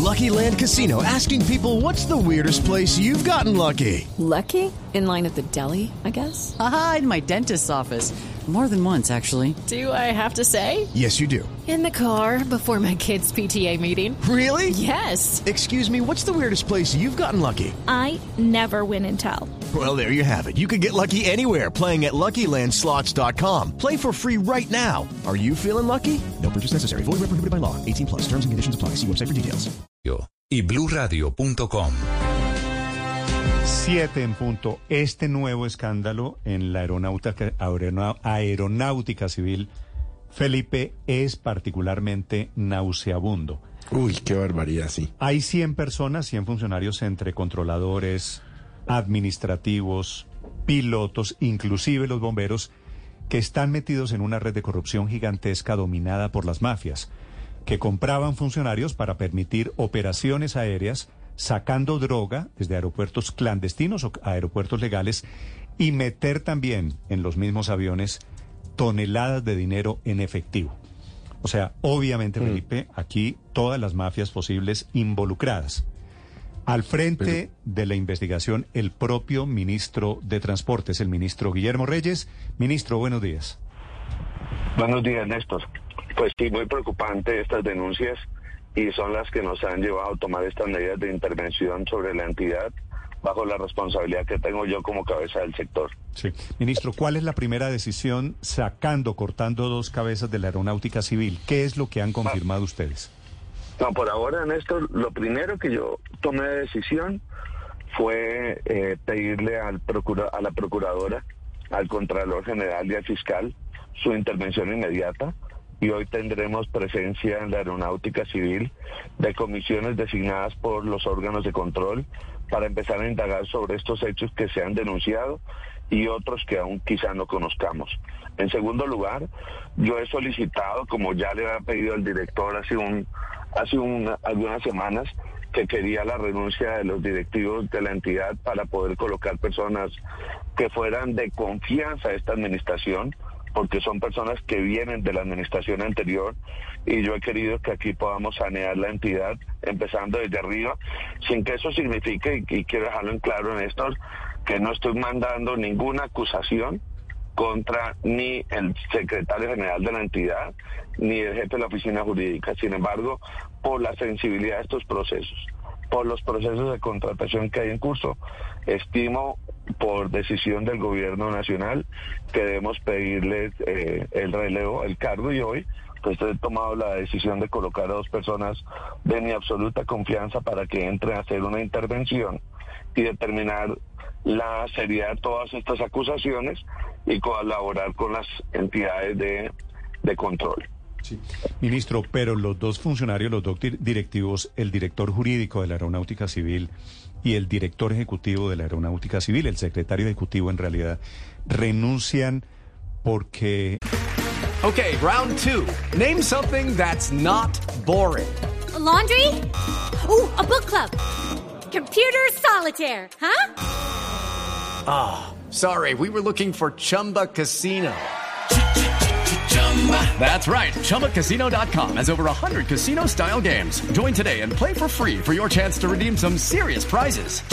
Lucky Land Casino, asking people, what's the weirdest place you've gotten lucky? Lucky? In line at the deli, I guess? Aha, in my dentist's office. More than once, actually. Do I have to say? Yes, you do. In the car before my kids' PTA meeting. Really? Yes. Excuse me, what's the weirdest place you've gotten lucky? I never win and tell. Well, there you have it. You can get lucky anywhere, playing at LuckyLandSlots.com. Play for free right now. Are you feeling lucky? No purchase necessary. Void where prohibited by law. 18 plus. Terms and conditions apply. See website for details. Y BluRadio.com. 7 en punto. Este nuevo escándalo en la aeronáutica civil, Felipe, es particularmente nauseabundo. Uy, qué barbaridad, sí. Hay 100 personas, 100 funcionarios entre controladores, administrativos, pilotos, inclusive los bomberos, que están metidos en una red de corrupción gigantesca dominada por las mafias, que compraban funcionarios para permitir operaciones aéreas, sacando droga desde aeropuertos clandestinos o aeropuertos legales y meter también en los mismos aviones toneladas de dinero en efectivo. O sea, obviamente, Felipe, aquí todas las mafias posibles involucradas. Al frente de la investigación, el propio ministro de Transportes, el ministro Guillermo Reyes. Ministro, buenos días. Buenos días, Néstor. Pues sí, muy preocupante estas denuncias y son las que nos han llevado a tomar estas medidas de intervención sobre la entidad bajo la responsabilidad que tengo yo como cabeza del sector. Sí. Ministro, ¿cuál es la primera decisión cortando 2 cabezas de la aeronáutica civil? ¿Qué es lo que han confirmado ustedes? No, por ahora, Néstor, lo primero que yo tomé de decisión fue pedirle a la procuradora, al Contralor General y al fiscal su intervención inmediata. Y hoy tendremos presencia en la aeronáutica civil de comisiones designadas por los órganos de control para empezar a indagar sobre estos hechos que se han denunciado y otros que aún quizá no conozcamos. En segundo lugar, yo he solicitado, como ya le había pedido al director hace algunas semanas, que quería la renuncia de los directivos de la entidad para poder colocar personas que fueran de confianza a esta administración, porque son personas que vienen de la administración anterior y yo he querido que aquí podamos sanear la entidad empezando desde arriba, sin que eso signifique, y quiero dejarlo en claro, Néstor, que no estoy mandando ninguna acusación contra ni el secretario general de la entidad ni el jefe de la oficina jurídica. Sin embargo, por la sensibilidad de estos procesos, por los procesos de contratación que hay en curso, estimo por decisión del gobierno nacional que debemos pedirles el relevo, el cargo, y hoy pues he tomado la decisión de colocar a 2 personas de mi absoluta confianza para que entren a hacer una intervención y determinar la seriedad de todas estas acusaciones y colaborar con las entidades de control. Sí. Ministro, pero los 2 funcionarios, los 2 directivos, el director jurídico de la Aeronáutica Civil y el director ejecutivo de la Aeronáutica Civil, el secretario ejecutivo en realidad, renuncian porque... Okay, round 2. Name something that's not boring. A laundry? Ooh, a book club. Computer solitaire, huh? Ah, sorry, we were looking for Chumba Casino. That's right. ChumbaCasino.com has over 100 casino-style games. Join today and play for free for your chance to redeem some serious prizes.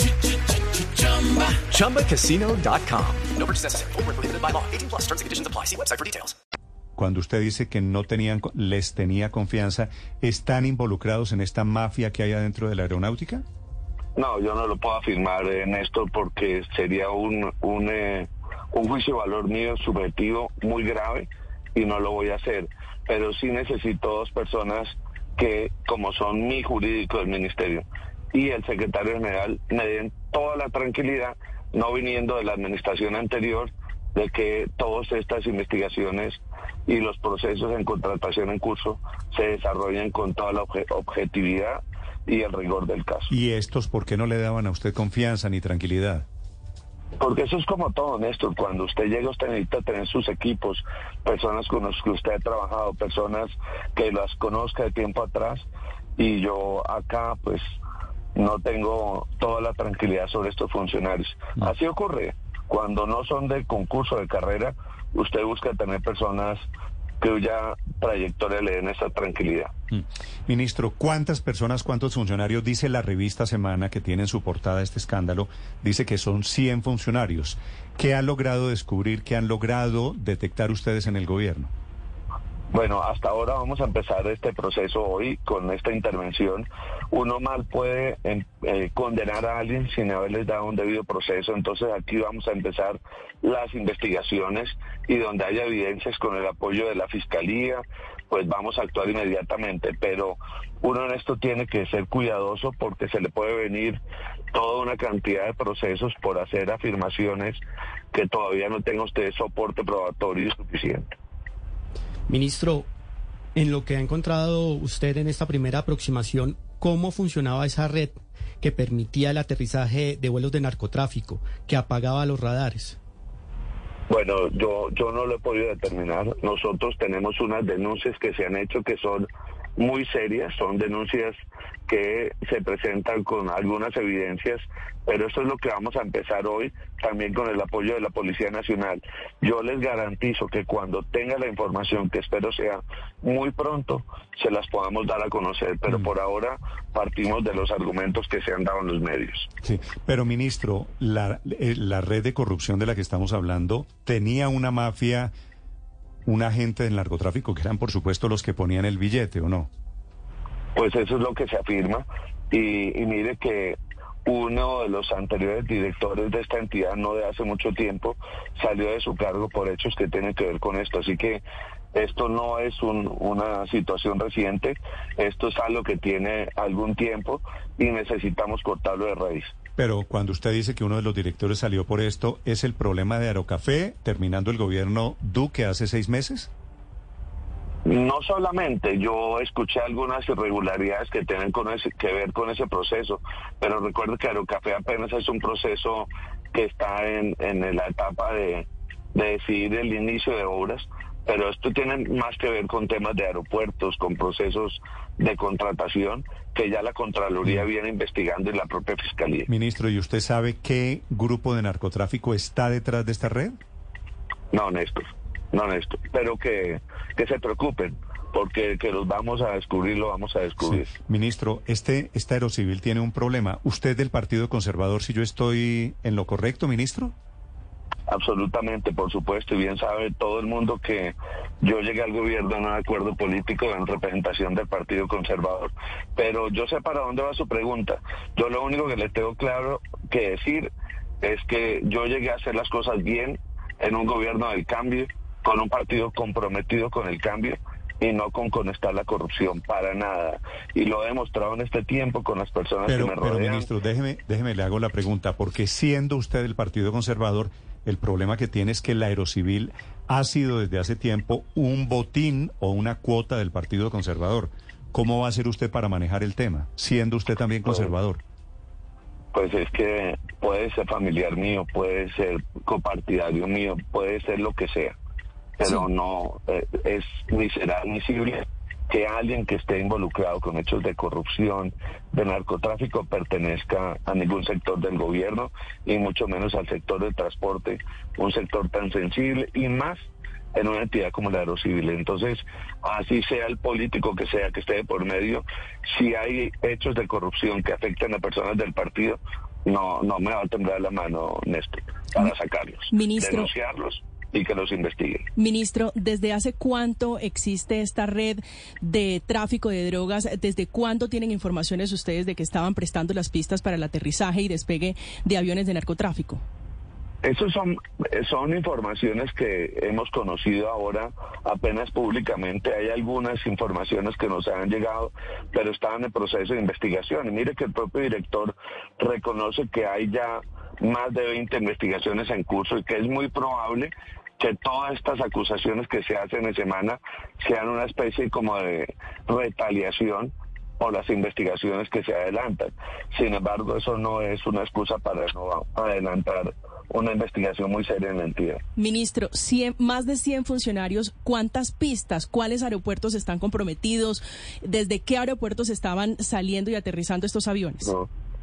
ChumbaCasino.com. No purchase necessary. Void where prohibited by law. 18 plus. Terms and conditions apply. See website for details. Cuando usted dice que les tenía confianza, ¿están involucrados en esta mafia que hay adentro de la aeronáutica? No, yo no lo puedo afirmar, Néstor, porque sería un juicio de valor mío subjetivo muy grave y no lo voy a hacer. Pero sí necesito 2 personas que, como son mi jurídico del ministerio y el secretario general, me den toda la tranquilidad, no viniendo de la administración anterior, de que todas estas investigaciones y los procesos en contratación en curso se desarrollen con toda la objetividad y el rigor del caso. ¿Y estos por qué no le daban a usted confianza ni tranquilidad? Porque eso es como todo, Néstor. Cuando usted llega, usted necesita tener sus equipos, personas con las que usted ha trabajado, personas que las conozca de tiempo atrás, y yo acá pues no tengo toda la tranquilidad sobre estos funcionarios. Así ocurre. Cuando no son de concurso de carrera, usted busca tener personas que ya trayectoria le den esa tranquilidad. Ministro, ¿cuántas personas, cuántos funcionarios, dice la revista Semana, que tiene en su portada este escándalo, dice que son 100 funcionarios? ¿Qué han logrado descubrir, qué han logrado detectar ustedes en el gobierno? Bueno, hasta ahora vamos a empezar este proceso hoy con esta intervención. Uno mal puede condenar a alguien sin haberles dado un debido proceso, entonces aquí vamos a empezar las investigaciones y donde haya evidencias con el apoyo de la Fiscalía, pues vamos a actuar inmediatamente, pero uno en esto tiene que ser cuidadoso porque se le puede venir toda una cantidad de procesos por hacer afirmaciones que todavía no tenga usted soporte probatorio suficiente. Ministro, en lo que ha encontrado usted en esta primera aproximación, ¿cómo funcionaba esa red que permitía el aterrizaje de vuelos de narcotráfico, que apagaba los radares? Bueno, yo no lo he podido determinar. Nosotros tenemos unas denuncias que se han hecho que son muy serias, son denuncias que se presentan con algunas evidencias, pero esto es lo que vamos a empezar hoy, también con el apoyo de la Policía Nacional. Yo les garantizo que cuando tenga la información, que espero sea muy pronto, se las podamos dar a conocer, pero por ahora partimos de los argumentos que se han dado en los medios. Sí, pero ministro, la red de corrupción de la que estamos hablando tenía una mafia, un agente del narcotráfico, que eran por supuesto los que ponían el billete, ¿o no? Pues eso es lo que se afirma, y mire que uno de los anteriores directores de esta entidad, no de hace mucho tiempo, salió de su cargo por hechos que tienen que ver con esto, así que esto no es una situación reciente, esto es algo que tiene algún tiempo y necesitamos cortarlo de raíz. Pero cuando usted dice que uno de los directores salió por esto, ¿es el problema de Aerocafé terminando el gobierno Duque hace 6 meses? No solamente, yo escuché algunas irregularidades que tienen que ver con ese proceso, pero recuerdo que Aerocafé apenas es un proceso que está en la etapa de decidir el inicio de obras, pero esto tiene más que ver con temas de aeropuertos, con procesos de contratación que ya la Contraloría viene investigando y la propia Fiscalía. Ministro, ¿y usted sabe qué grupo de narcotráfico está detrás de esta red? No, Néstor, pero que se preocupen, porque que los vamos a descubrir, lo vamos a descubrir. Sí. Ministro, esta Aerocivil tiene un problema. ¿Usted del Partido Conservador, si yo estoy en lo correcto, ministro? Absolutamente, por supuesto, y bien sabe todo el mundo que yo llegué al gobierno en un acuerdo político en representación del Partido Conservador. Pero yo sé para dónde va su pregunta. Yo lo único que le tengo claro que decir es que yo llegué a hacer las cosas bien en un gobierno del cambio, con un partido comprometido con el cambio y no con conectar la corrupción, para nada. Y lo he demostrado en este tiempo con las personas que me rodean. Pero, ministro, déjeme le hago la pregunta, porque siendo usted el Partido Conservador, el problema que tiene es que la Aerocivil ha sido desde hace tiempo un botín o una cuota del Partido Conservador. ¿Cómo va a ser usted para manejar el tema, siendo usted también conservador? Pues es que puede ser familiar mío, puede ser copartidario mío, puede ser lo que sea, pero sí. No es ni será admisible que alguien que esté involucrado con hechos de corrupción, de narcotráfico, pertenezca a ningún sector del gobierno y mucho menos al sector del transporte, un sector tan sensible y más en una entidad como la Aerocivil. Entonces, así sea el político que sea que esté de por medio, si hay hechos de corrupción que afectan a personas del partido, no me va a temblar la mano, Néstor, para sacarlos, ministro, denunciarlos y que los investiguen. Ministro, ¿desde hace cuánto existe esta red de tráfico de drogas? ¿Desde cuándo tienen informaciones ustedes de que estaban prestando las pistas para el aterrizaje y despegue de aviones de narcotráfico? Esos son informaciones que hemos conocido ahora apenas públicamente. Hay algunas informaciones que nos han llegado, pero estaban en proceso de investigación. Y mire que el propio director reconoce que hay ya más de 20 investigaciones en curso y que es muy probable que todas estas acusaciones que se hacen en semana sean una especie como de retaliación por las investigaciones que se adelantan. Sin embargo, eso no es una excusa para no adelantar una investigación muy seria en la entidad. Ministro, más de 100 funcionarios, ¿cuántas pistas? ¿Cuáles aeropuertos están comprometidos? ¿Desde qué aeropuertos estaban saliendo y aterrizando estos aviones?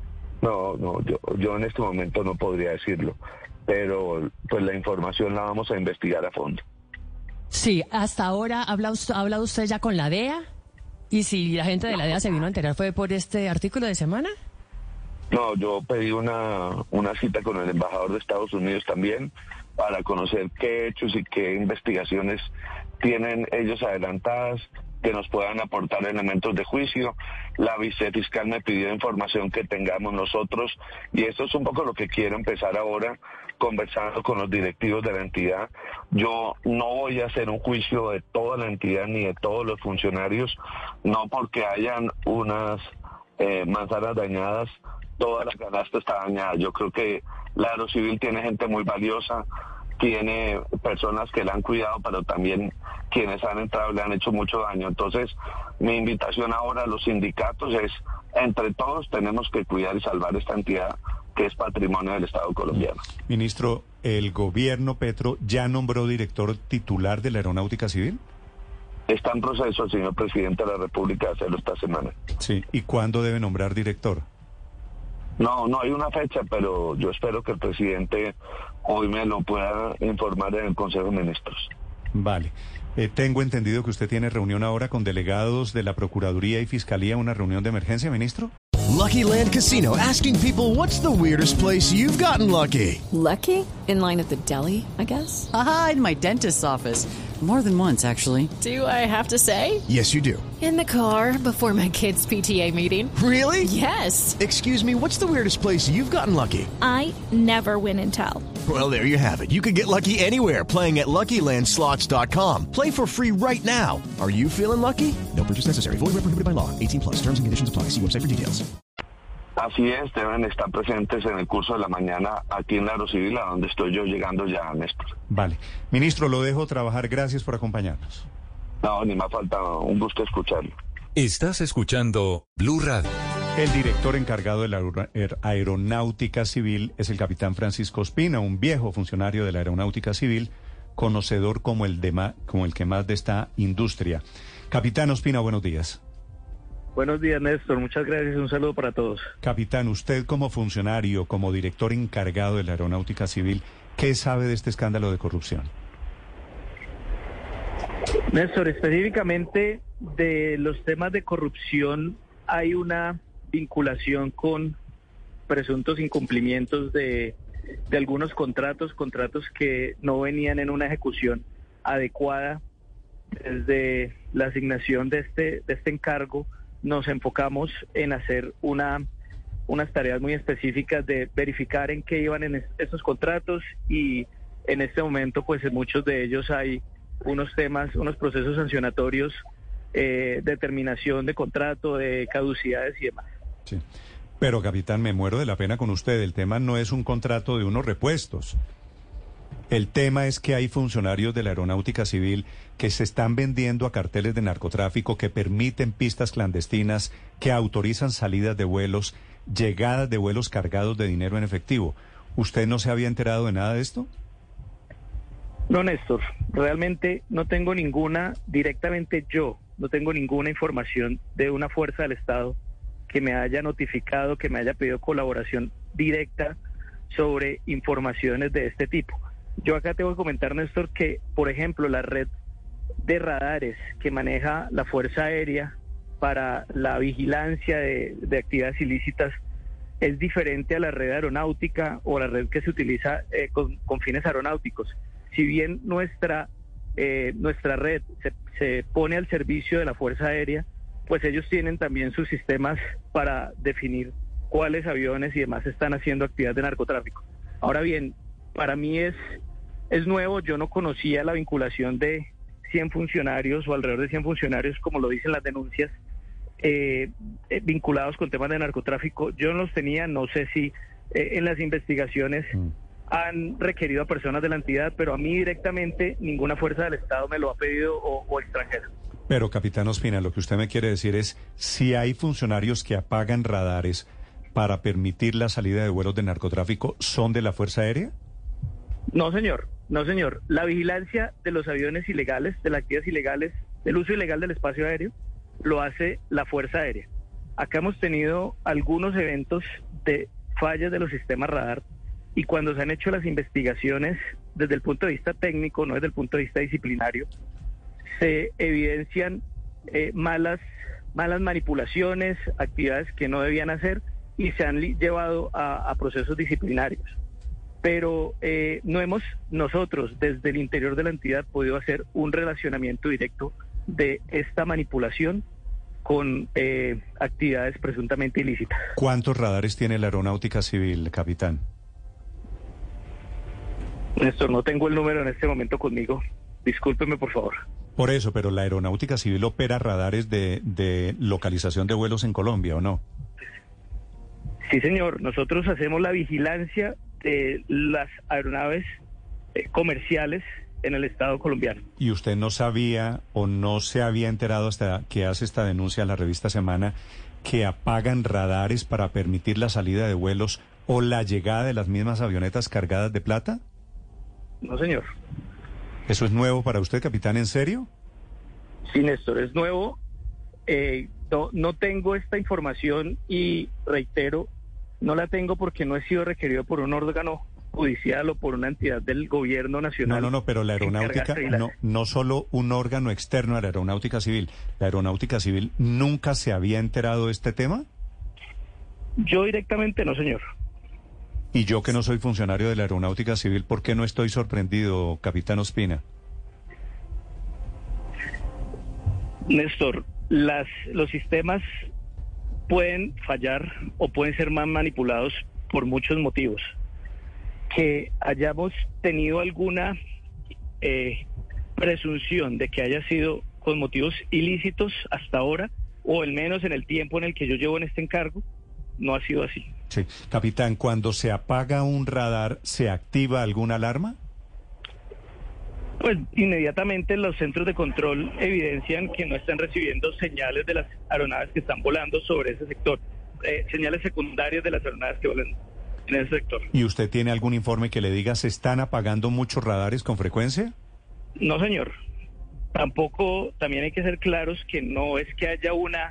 No, yo en este momento no podría decirlo, pero pues la información la vamos a investigar a fondo. Sí, hasta ahora ha hablado usted ya con la DEA. ¿Y si la gente de la DEA se vino a enterar fue por este artículo de semana? No, yo pedí una cita con el embajador de Estados Unidos también para conocer qué hechos y qué investigaciones tienen ellos adelantadas que nos puedan aportar elementos de juicio. La vicefiscal me pidió información que tengamos nosotros y esto es un poco lo que quiero empezar ahora, conversando con los directivos de la entidad. Yo no voy a hacer un juicio de toda la entidad ni de todos los funcionarios, no porque hayan unas manzanas dañadas, toda la canasta está dañada. Yo creo que la Aerocivil tiene gente muy valiosa, tiene personas que la han cuidado, pero también quienes han entrado le han hecho mucho daño. Entonces, mi invitación ahora a los sindicatos es, entre todos tenemos que cuidar y salvar esta entidad que es patrimonio del Estado colombiano. Ministro, ¿el gobierno Petro ya nombró director titular de la Aeronáutica Civil? Está en proceso el señor presidente de la República de hacerlo esta semana. Sí, ¿y cuándo debe nombrar director? No hay una fecha, pero yo espero que el presidente hoy me lo pueda informar en el Consejo de Ministros. Vale. Tengo entendido que usted tiene reunión ahora con delegados de la Procuraduría y Fiscalía, una reunión de emergencia, ministro. Lucky Land Casino, asking people, what's the weirdest place you've gotten lucky? Lucky? In line at the deli, I guess? Aha, in my dentist's office. More than once, actually. Do I have to say? Yes, you do. In the car before my kids' PTA meeting. Really? Yes. Excuse me, what's the weirdest place you've gotten lucky? I never win and tell. Well, there you have it. You can get lucky anywhere, playing at LuckyLandSlots.com. Play for free right now. Are you feeling lucky? No purchase necessary. Void where prohibited by law. 18+. Terms and conditions apply. See website for details. Así es, deben estar presentes en el curso de la mañana aquí en la Aerocivil, a donde estoy yo llegando ya, Néstor. Vale. Ministro, lo dejo trabajar. Gracias por acompañarnos. No, ni más falta. Un gusto escucharlo. Estás escuchando Blue Radio. El director encargado de la Aeronáutica Civil es el capitán Francisco Ospina, un viejo funcionario de la Aeronáutica Civil, conocedor como el que más de esta industria. Capitán Ospina, buenos días. Buenos días, Néstor. Muchas gracias. Un saludo para todos. Capitán, usted como funcionario, como director encargado de la Aeronáutica Civil, ¿qué sabe de este escándalo de corrupción? Néstor, específicamente de los temas de corrupción hay una vinculación con presuntos incumplimientos de algunos contratos que no venían en una ejecución adecuada. Desde la asignación de este encargo nos enfocamos en hacer unas tareas muy específicas de verificar en qué iban en estos contratos, y en este momento pues en muchos de ellos hay unos procesos sancionatorios, determinación de contrato, de caducidades y demás. Sí. Pero capitán, me muero de la pena con usted. El tema no es un contrato de unos repuestos. El tema es que hay funcionarios de la Aeronáutica Civil que se están vendiendo a carteles de narcotráfico, que permiten pistas clandestinas, que autorizan salidas de vuelos, llegadas de vuelos cargados de dinero en efectivo. ¿Usted no se había enterado de nada de esto? No, Néstor, realmente no tengo directamente yo no tengo ninguna información de una fuerza del Estado que me haya notificado, que me haya pedido colaboración directa sobre informaciones de este tipo. Yo acá tengo que comentar, Néstor, que, por ejemplo, la red de radares que maneja la Fuerza Aérea para la vigilancia de actividades ilícitas es diferente a la red aeronáutica o la red que se utiliza con fines aeronáuticos. Si bien nuestra red se pone al servicio de la Fuerza Aérea, pues ellos tienen también sus sistemas para definir cuáles aviones y demás están haciendo actividad de narcotráfico. Ahora bien, para mí es nuevo. Yo no conocía la vinculación de 100 funcionarios o alrededor de 100 funcionarios, como lo dicen las denuncias, vinculados con temas de narcotráfico. Yo no los tenía. No sé si en las investigaciones han requerido a personas de la entidad, pero a mí directamente ninguna fuerza del Estado me lo ha pedido o extranjera. Pero, capitán Ospina, lo que usted me quiere decir es, si hay funcionarios que apagan radares para permitir la salida de vuelos de narcotráfico, ¿son de la Fuerza Aérea? No, señor. La vigilancia de los aviones ilegales, de las actividades ilegales, del uso ilegal del espacio aéreo, lo hace la Fuerza Aérea. Acá hemos tenido algunos eventos de fallas de los sistemas radar, y cuando se han hecho las investigaciones desde el punto de vista técnico, no desde el punto de vista disciplinario, se evidencian malas manipulaciones, actividades que no debían hacer y se han llevado a procesos disciplinarios. Pero no hemos nosotros desde el interior de la entidad podido hacer un relacionamiento directo de esta manipulación con actividades presuntamente ilícitas. ¿Cuántos radares tiene la Aeronáutica Civil, capitán? Néstor, no tengo el número en este momento conmigo. Discúlpeme, por favor. Por eso, pero la Aeronáutica Civil opera radares de localización de vuelos en Colombia, ¿o no? Sí, señor. Nosotros hacemos la vigilancia de las aeronaves comerciales en el Estado colombiano. ¿Y usted no sabía o no se había enterado hasta que hace esta denuncia a la revista Semana que apagan radares para permitir la salida de vuelos o la llegada de las mismas avionetas cargadas de plata? No, señor. ¿Eso es nuevo para usted, capitán? ¿En serio? Sí, Néstor, es nuevo. No tengo esta información y reitero, no la tengo porque no he sido requerido por un órgano judicial o por una entidad del gobierno nacional. No, pero la aeronáutica, no solo un órgano externo a la Aeronáutica Civil. ¿La Aeronáutica Civil nunca se había enterado de este tema? Yo directamente no, señor. Y yo que no soy funcionario de la Aeronáutica Civil, ¿por qué no estoy sorprendido, capitán Ospina? Néstor, los sistemas pueden fallar o pueden ser más manipulados por muchos motivos. Que hayamos tenido alguna presunción de que haya sido con motivos ilícitos hasta ahora, o al menos en el tiempo en el que yo llevo en este encargo, no ha sido así. Sí. Capitán, cuando se apaga un radar, ¿se activa alguna alarma? Pues inmediatamente los centros de control evidencian que no están recibiendo señales de las aeronaves que están volando sobre ese sector, señales secundarias de las aeronaves que vuelan en ese sector. ¿Y usted tiene algún informe que le diga se están apagando muchos radares con frecuencia? No, señor. Tampoco, también hay que ser claros que no es que haya una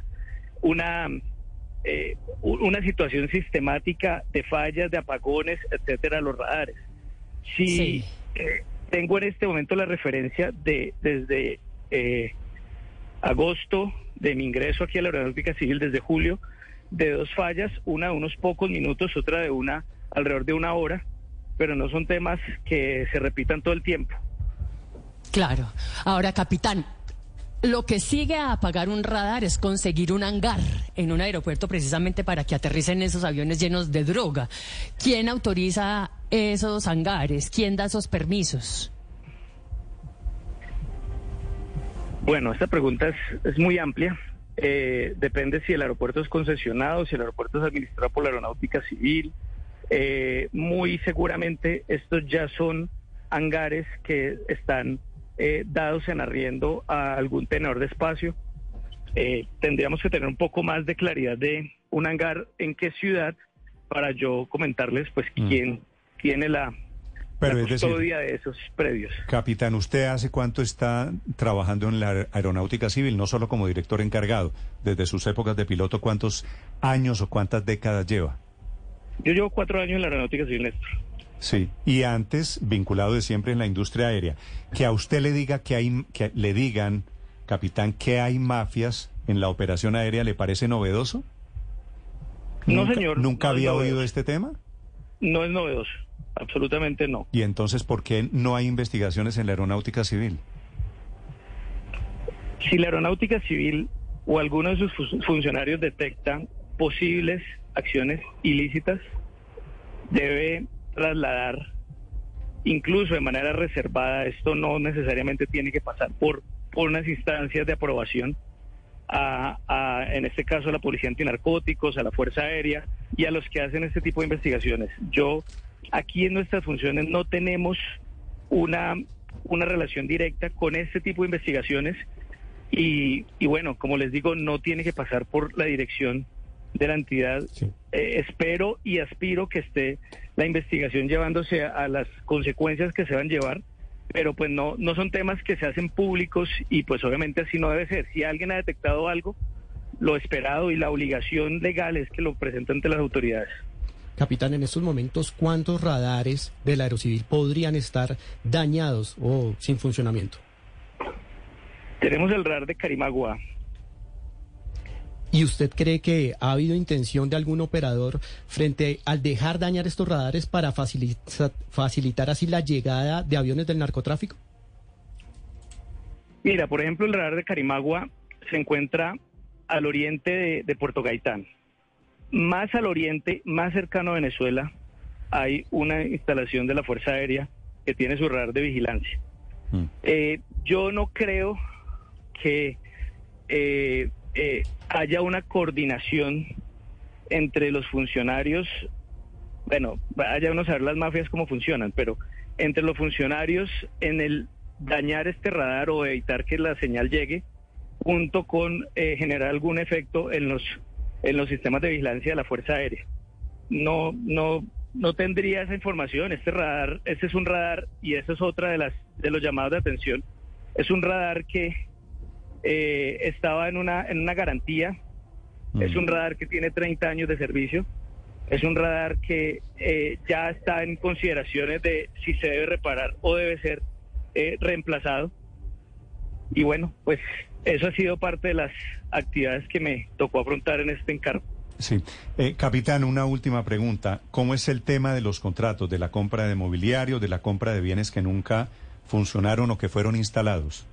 situación sistemática de fallas, de apagones, etcétera, a los radares. Sí. Tengo en este momento la referencia desde agosto de mi ingreso aquí a la Aeronáutica Civil, desde julio, de 2 fallas, una de unos pocos minutos, otra de alrededor de 1 hora, pero no son temas que se repitan todo el tiempo. Claro. Ahora, capitán, lo que sigue a apagar un radar es conseguir un hangar en un aeropuerto precisamente para que aterricen esos aviones llenos de droga. ¿Quién autoriza esos hangares? ¿Quién da esos permisos? Bueno, esta pregunta es muy amplia. Depende si el aeropuerto es concesionado, si el aeropuerto es administrado por la Aeronáutica Civil. Muy seguramente estos ya son hangares que están dados en arriendo a algún tenedor de espacio. Tendríamos que tener un poco más de claridad de un hangar en qué ciudad para yo comentarles pues quién tiene la custodia de esos predios. Capitán, ¿usted hace cuánto está trabajando en la Aeronáutica Civil, no solo como director encargado? Desde sus épocas de piloto, ¿cuántos años o cuántas décadas lleva? Yo llevo 4 años en la Aeronáutica Civil, Néstor. Sí, y antes, vinculado de siempre en la industria aérea. Que a usted le diga que le digan, capitán, que hay mafias en la operación aérea, ¿le parece novedoso? No, señor. ¿Nunca había oído este tema? No es novedoso, absolutamente no. ¿Y entonces por qué no hay investigaciones en la Aeronáutica Civil? Si la Aeronáutica Civil o alguno de sus funcionarios detectan posibles acciones ilícitas, debe trasladar, incluso de manera reservada, esto no necesariamente tiene que pasar por unas instancias de aprobación, en este caso a la Policía Antinarcóticos, a la Fuerza Aérea y a los que hacen este tipo de investigaciones. Aquí en nuestras funciones no tenemos una relación directa con este tipo de investigaciones y bueno, como les digo, no tiene que pasar por la dirección de la entidad. Sí. Espero y aspiro que esté la investigación llevándose a las consecuencias que se van a llevar, pero pues no son temas que se hacen públicos y pues obviamente así no debe ser. Si alguien ha detectado algo, lo esperado y la obligación legal es que lo presente ante las autoridades. Capitán, en estos momentos, ¿cuántos radares del Aerocivil podrían estar dañados o sin funcionamiento? Tenemos el radar de Carimagua. ¿Y usted cree que ha habido intención de algún operador frente al dejar dañar estos radares para facilitar así la llegada de aviones del narcotráfico? Mira, por ejemplo, el radar de Carimagua se encuentra al oriente de Puerto Gaitán. Más al oriente, más cercano a Venezuela, hay una instalación de la Fuerza Aérea que tiene su radar de vigilancia. Yo no creo que haya una coordinación entre los funcionarios. Bueno, vaya uno a saber las mafias cómo funcionan, pero entre los funcionarios en el dañar este radar o evitar que la señal llegue, junto con generar algún efecto en los sistemas de vigilancia de la Fuerza Aérea. No tendría esa información. Este es un radar, y esa es otra de los llamados de atención. Es un radar que estaba en una garantía. Es un radar que tiene 30 años de servicio. Es un radar que ya está en consideraciones de si se debe reparar o debe ser reemplazado. Y bueno, pues eso ha sido parte de las actividades que me tocó afrontar en este encargo. Sí. Capitán, una última pregunta. ¿Cómo es el tema de los contratos, de la compra de mobiliario, de la compra de bienes que nunca funcionaron o que fueron instalados?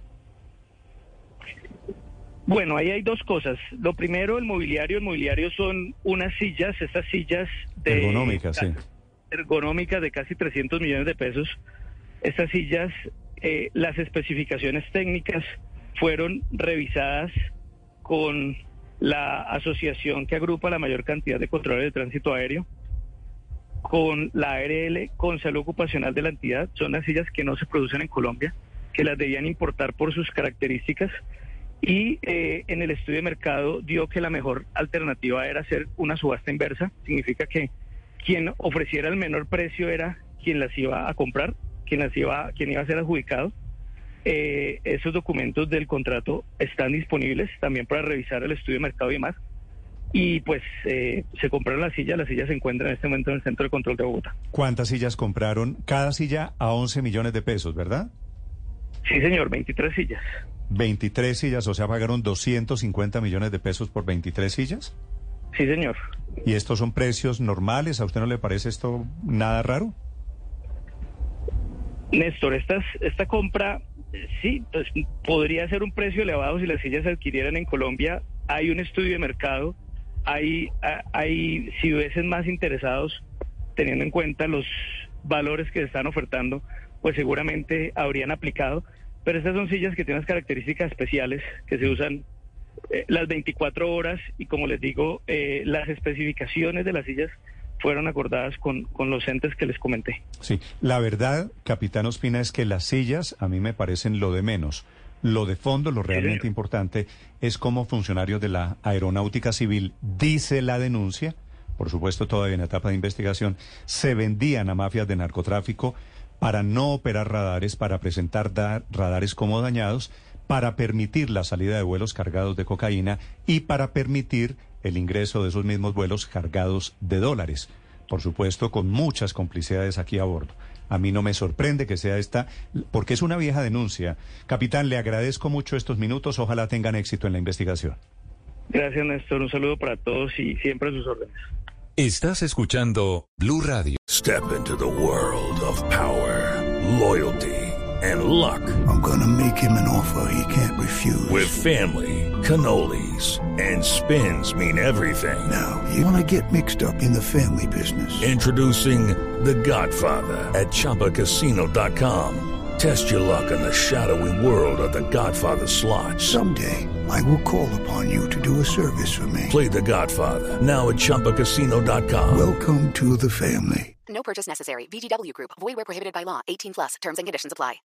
Bueno, ahí hay dos cosas. Lo primero, el mobiliario. El mobiliario son unas sillas, estas sillas ergonómicas, sí. Ergonómicas de casi 300 millones de pesos. Estas sillas, las especificaciones técnicas fueron revisadas con la asociación que agrupa la mayor cantidad de controles de tránsito aéreo, con la ARL, con salud ocupacional de la entidad. Son las sillas que no se producen en Colombia, que las debían importar por sus características, y en el estudio de mercado dio que la mejor alternativa era hacer una subasta inversa. Significa que quien ofreciera el menor precio era quien las iba a comprar, quien iba a ser adjudicado. Esos documentos del contrato están disponibles también para revisar el estudio de mercado y demás. Y pues se compraron las sillas se encuentran en este momento en el Centro de Control de Bogotá. ¿Cuántas sillas compraron? Cada silla a 11 millones de pesos, ¿verdad? Sí, señor, 23 sillas. 23 sillas, o sea, pagaron 250 millones de pesos por 23 sillas. Sí, señor. ¿Y estos son precios normales? ¿A usted no le parece esto nada raro? Néstor, esta compra, sí, pues, podría ser un precio elevado si las sillas se adquirieran en Colombia. Hay un estudio de mercado, hay si hubiesen más interesados, teniendo en cuenta los valores que se están ofertando, pues seguramente habrían aplicado. Pero estas son sillas que tienen unas características especiales, que se usan las 24 horas, y como les digo, las especificaciones de las sillas fueron acordadas con los entes que les comenté. Sí, la verdad, Capitán Ospina, es que las sillas a mí me parecen lo de menos. Lo de fondo, lo realmente importante, es cómo funcionarios de la Aeronáutica Civil, dice la denuncia, por supuesto todavía en etapa de investigación, se vendían a mafias de narcotráfico para no operar radares, para presentar radares como dañados, para permitir la salida de vuelos cargados de cocaína y para permitir el ingreso de esos mismos vuelos cargados de dólares. Por supuesto, con muchas complicidades aquí a bordo. A mí no me sorprende que sea esta, porque es una vieja denuncia. Capitán, le agradezco mucho estos minutos. Ojalá tengan éxito en la investigación. Gracias, Néstor. Un saludo para todos y siempre a sus órdenes. Estás escuchando Blue Radio. Step into the world of power, loyalty, and luck. I'm gonna make him an offer he can't refuse. With family, cannolis, and spins mean everything. Now, you wanna get mixed up in the family business. Introducing The Godfather at ChumbaCasino.com. Test your luck in the shadowy world of The Godfather slot. Someday, I will call upon you to do a service for me. Play The Godfather, now at ChumbaCasino.com. Welcome to the family. No purchase necessary. VGW Group. Void where prohibited by law. 18+. Terms and conditions apply.